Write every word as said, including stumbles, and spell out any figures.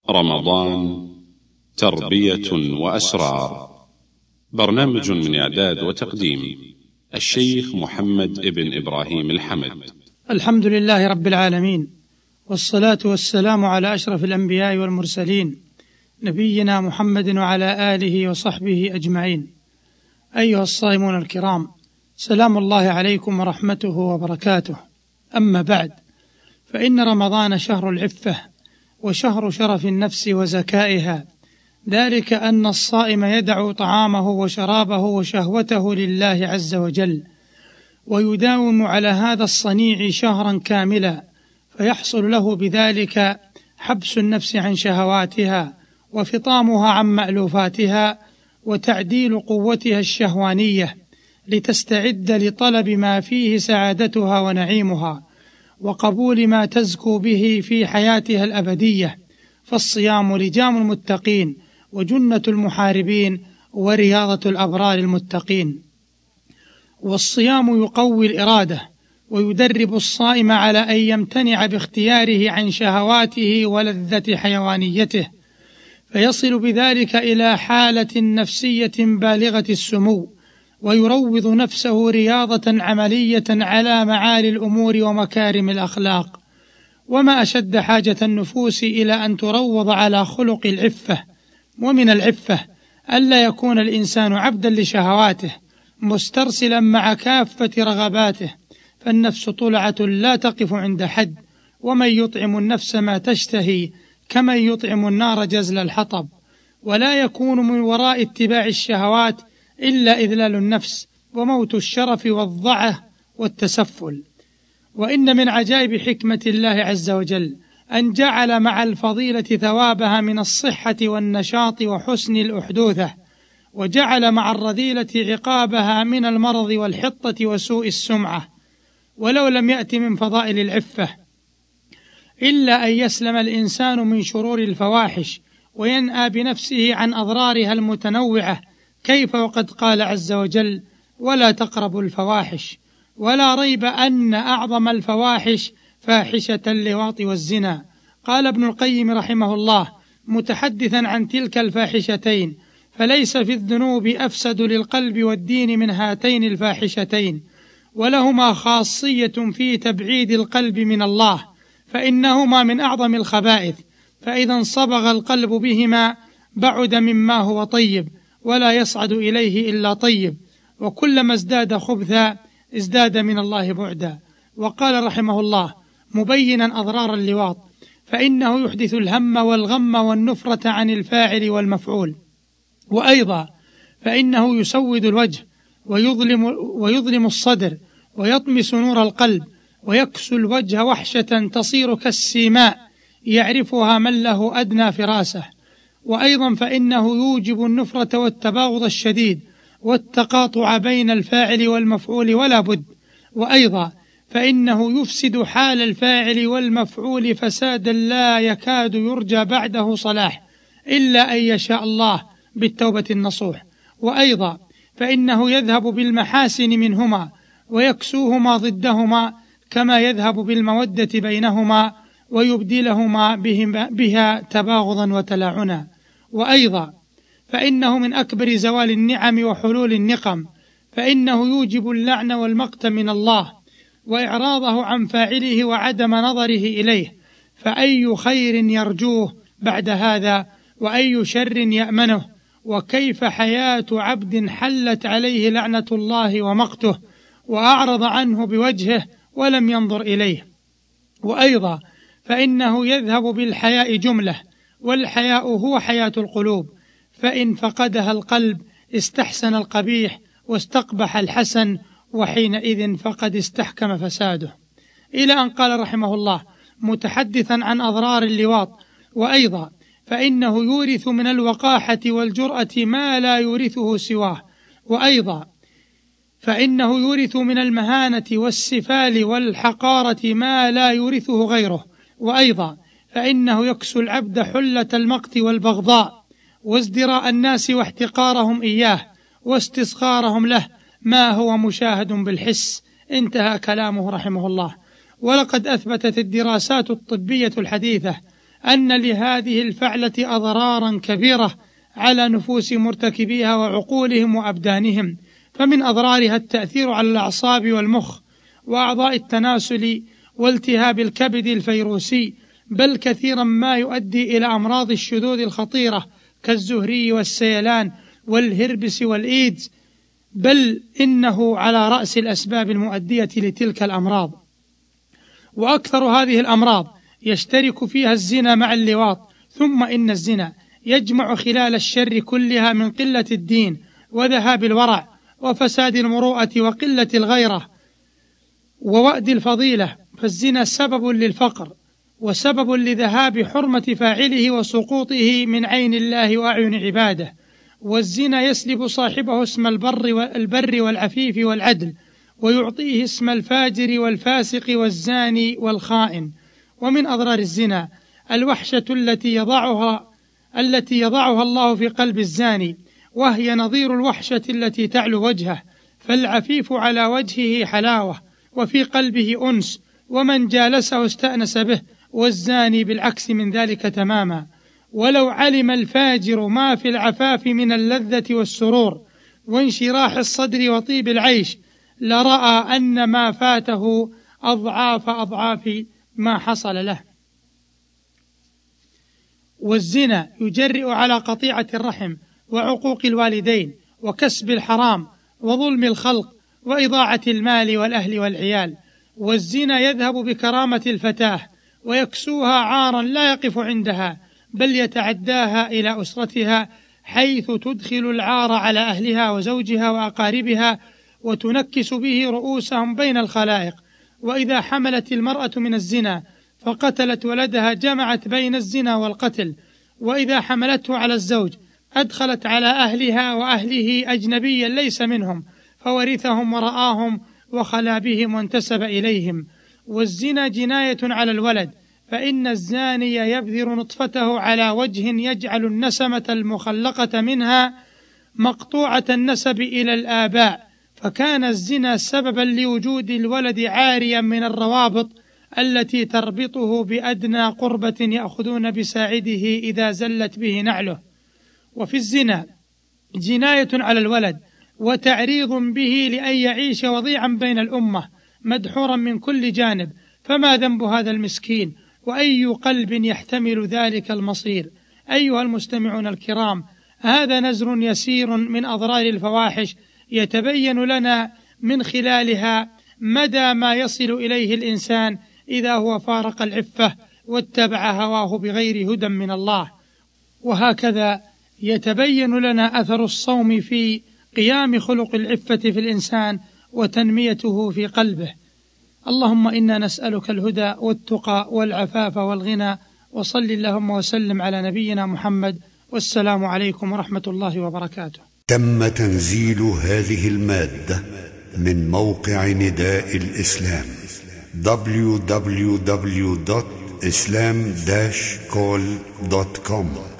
رمضان تربية وأسرار. برنامج من إعداد وتقديم الشيخ محمد ابن إبراهيم الحمد. الحمد لله رب العالمين، والصلاة والسلام على أشرف الأنبياء والمرسلين نبينا محمد وعلى آله وصحبه أجمعين. أيها الصائمون الكرام، سلام الله عليكم ورحمته وبركاته. أما بعد، فإن رمضان شهر العفة وشهر شرف النفس وزكائها، ذلك أن الصائم يدع طعامه وشرابه وشهوته لله عز وجل، ويداوم على هذا الصنيع شهرا كاملا، فيحصل له بذلك حبس النفس عن شهواتها وفطامها عن مألوفاتها وتعديل قوتها الشهوانية لتستعد لطلب ما فيه سعادتها ونعيمها وقبول ما تزكو به في حياتها الأبدية. فالصيام لجام المتقين وجنة المحاربين ورياضة الأبرار المتقين. والصيام يقوي الإرادة ويدرب الصائم على أن يمتنع باختياره عن شهواته ولذة حيوانيته، فيصل بذلك إلى حالة نفسية بالغة السمو، ويروض نفسه رياضة عملية على معالي الأمور ومكارم الأخلاق. وما أشد حاجة النفوس إلى أن تروض على خلق العفة. ومن العفة ألا يكون الإنسان عبدا لشهواته مسترسلا مع كافة رغباته، فالنفس طلعة لا تقف عند حد، ومن يطعم النفس ما تشتهي كمن يطعم النار جزل الحطب. ولا يكون من وراء اتباع الشهوات إلا إذلال النفس وموت الشرف والضعة والتسفل. وإن من عجائب حكمة الله عز وجل أن جعل مع الفضيلة ثوابها من الصحة والنشاط وحسن الأحدوثة، وجعل مع الرذيلة عقابها من المرض والحطة وسوء السمعة. ولو لم يأت من فضائل العفة إلا أن يسلم الإنسان من شرور الفواحش وينأى بنفسه عن أضرارها المتنوعة، كيف وقد قال عز وجل: ولا تقربوا الفواحش. ولا ريب أن أعظم الفواحش فاحشة اللواط والزنا. قال ابن القيم رحمه الله متحدثا عن تلك الفاحشتين: فليس في الذنوب أفسد للقلب والدين من هاتين الفاحشتين، ولهما خاصية في تبعيد القلب من الله، فإنهما من أعظم الخبائث، فإذا انصبغ القلب بهما بعد مما هو طيب، ولا يصعد إليه إلا طيب، وكلما ازداد خبثا ازداد من الله بعدا. وقال رحمه الله مبينا أضرار اللواط: فإنه يحدث الهم والغم والنفرة عن الفاعل والمفعول، وأيضا فإنه يسود الوجه ويظلم, ويظلم الصدر ويطمس نور القلب، ويكسو الوجه وحشة تصير كالسيماء يعرفها من له أدنى فراسة. وأيضا فإنه يوجب النفرة والتباغض الشديد والتقاطع بين الفاعل والمفعول ولا بد. وأيضا فإنه يفسد حال الفاعل والمفعول فسادا لا يكاد يرجى بعده صلاح إلا أن يشاء الله بالتوبة النصوح. وأيضا فإنه يذهب بالمحاسن منهما ويكسوهما ضدهما، كما يذهب بالمودة بينهما ويبدلهما بها تباغضا وتلاعنا. وأيضا فإنه من أكبر زوال النعم وحلول النقم، فإنه يوجب اللعن والمقت من الله وإعراضه عن فاعله وعدم نظره إليه، فأي خير يرجوه بعد هذا وأي شر يأمنه؟ وكيف حياة عبد حلت عليه لعنة الله ومقته وأعرض عنه بوجهه ولم ينظر إليه. وأيضا فإنه يذهب بالحياء جملة، والحياء هو حياة القلوب، فإن فقدها القلب استحسن القبيح واستقبح الحسن، وحينئذ فقد استحكم فساده. إلى أن قال رحمه الله متحدثا عن أضرار اللواط: وأيضا فإنه يورث من الوقاحة والجرأة ما لا يورثه سواه. وأيضا فإنه يورث من المهانة والسفال والحقارة ما لا يورثه غيره. وأيضا فإنه يكسو العبد حلة المقت والبغضاء وازدراء الناس واحتقارهم إياه واستصغارهم له، ما هو مشاهد بالحس. انتهى كلامه رحمه الله. ولقد أثبتت الدراسات الطبية الحديثة أن لهذه الفعلة أضرارا كبيرة على نفوس مرتكبيها وعقولهم وأبدانهم، فمن أضرارها التأثير على الأعصاب والمخ وأعضاء التناسل والتهاب الكبد الفيروسي، بل كثيرا ما يؤدي إلى أمراض الشذوذ الخطيرة كالزهري والسيلان والهربس والإيدز، بل إنه على رأس الأسباب المؤدية لتلك الأمراض. وأكثر هذه الأمراض يشترك فيها الزنا مع اللواط. ثم إن الزنا يجمع خلال الشر كلها من قلة الدين وذهاب الورع وفساد المروءة وقلة الغيرة ووأد الفضيلة، فالزنا سبب للفقر وسبب لذهاب حرمة فاعله وسقوطه من عين الله وأعين عباده. والزنا يسلب صاحبه اسم البر والبر والعفيف والعدل، ويعطيه اسم الفاجر والفاسق والزاني والخائن. ومن أضرار الزنا الوحشة التي يضعها التي يضعها الله في قلب الزاني، وهي نظير الوحشة التي تعلو وجهه، فالعفيف على وجهه حلاوة وفي قلبه أنس، ومن جالسه استأنس به، والزاني بالعكس من ذلك تماما. ولو علم الفاجر ما في العفاف من اللذة والسرور وانشراح الصدر وطيب العيش لرأى أن ما فاته أضعاف أضعاف ما حصل له. والزنا يجرئ على قطيعة الرحم وعقوق الوالدين وكسب الحرام وظلم الخلق وإضاعة المال والأهل والعيال. والزنا يذهب بكرامة الفتاة ويكسوها عارا لا يقف عندها، بل يتعداها إلى أسرتها، حيث تدخل العار على أهلها وزوجها وأقاربها وتنكس به رؤوسهم بين الخلائق. وإذا حملت المرأة من الزنا فقتلت ولدها جمعت بين الزنا والقتل، وإذا حملته على الزوج أدخلت على أهلها وأهله أجنبيا ليس منهم فورثهم ورآهم وخلا بهم وانتسب إليهم. والزنا جناية على الولد، فإن الزاني يبذر نطفته على وجه يجعل النسمة المخلقة منها مقطوعة النسب إلى الآباء، فكان الزنا سببا لوجود الولد عاريا من الروابط التي تربطه بأدنى قربة يأخذون بساعده إذا زلت به نعله. وفي الزنا جناية على الولد وتعريض به لأن يعيش وضيعا بين الأمة مدحورا من كل جانب، فما ذنب هذا المسكين؟ وأي قلب يحتمل ذلك المصير؟ أيها المستمعون الكرام، هذا نزر يسير من أضرار الفواحش يتبين لنا من خلالها مدى ما يصل إليه الإنسان إذا هو فارق العفة واتبع هواه بغير هدى من الله. وهكذا يتبين لنا أثر الصوم في قيام خلق العفة في الإنسان وتنميته في قلبه. اللهم إنا نسألك الهدى والتقى والعفاف والغنى، وصل اللهم وسلم على نبينا محمد، والسلام عليكم ورحمة الله وبركاته. تم تنزيل هذه المادة من موقع نداء الإسلام دبليو دبليو دبليو دوت إسلام داش كول دوت كوم.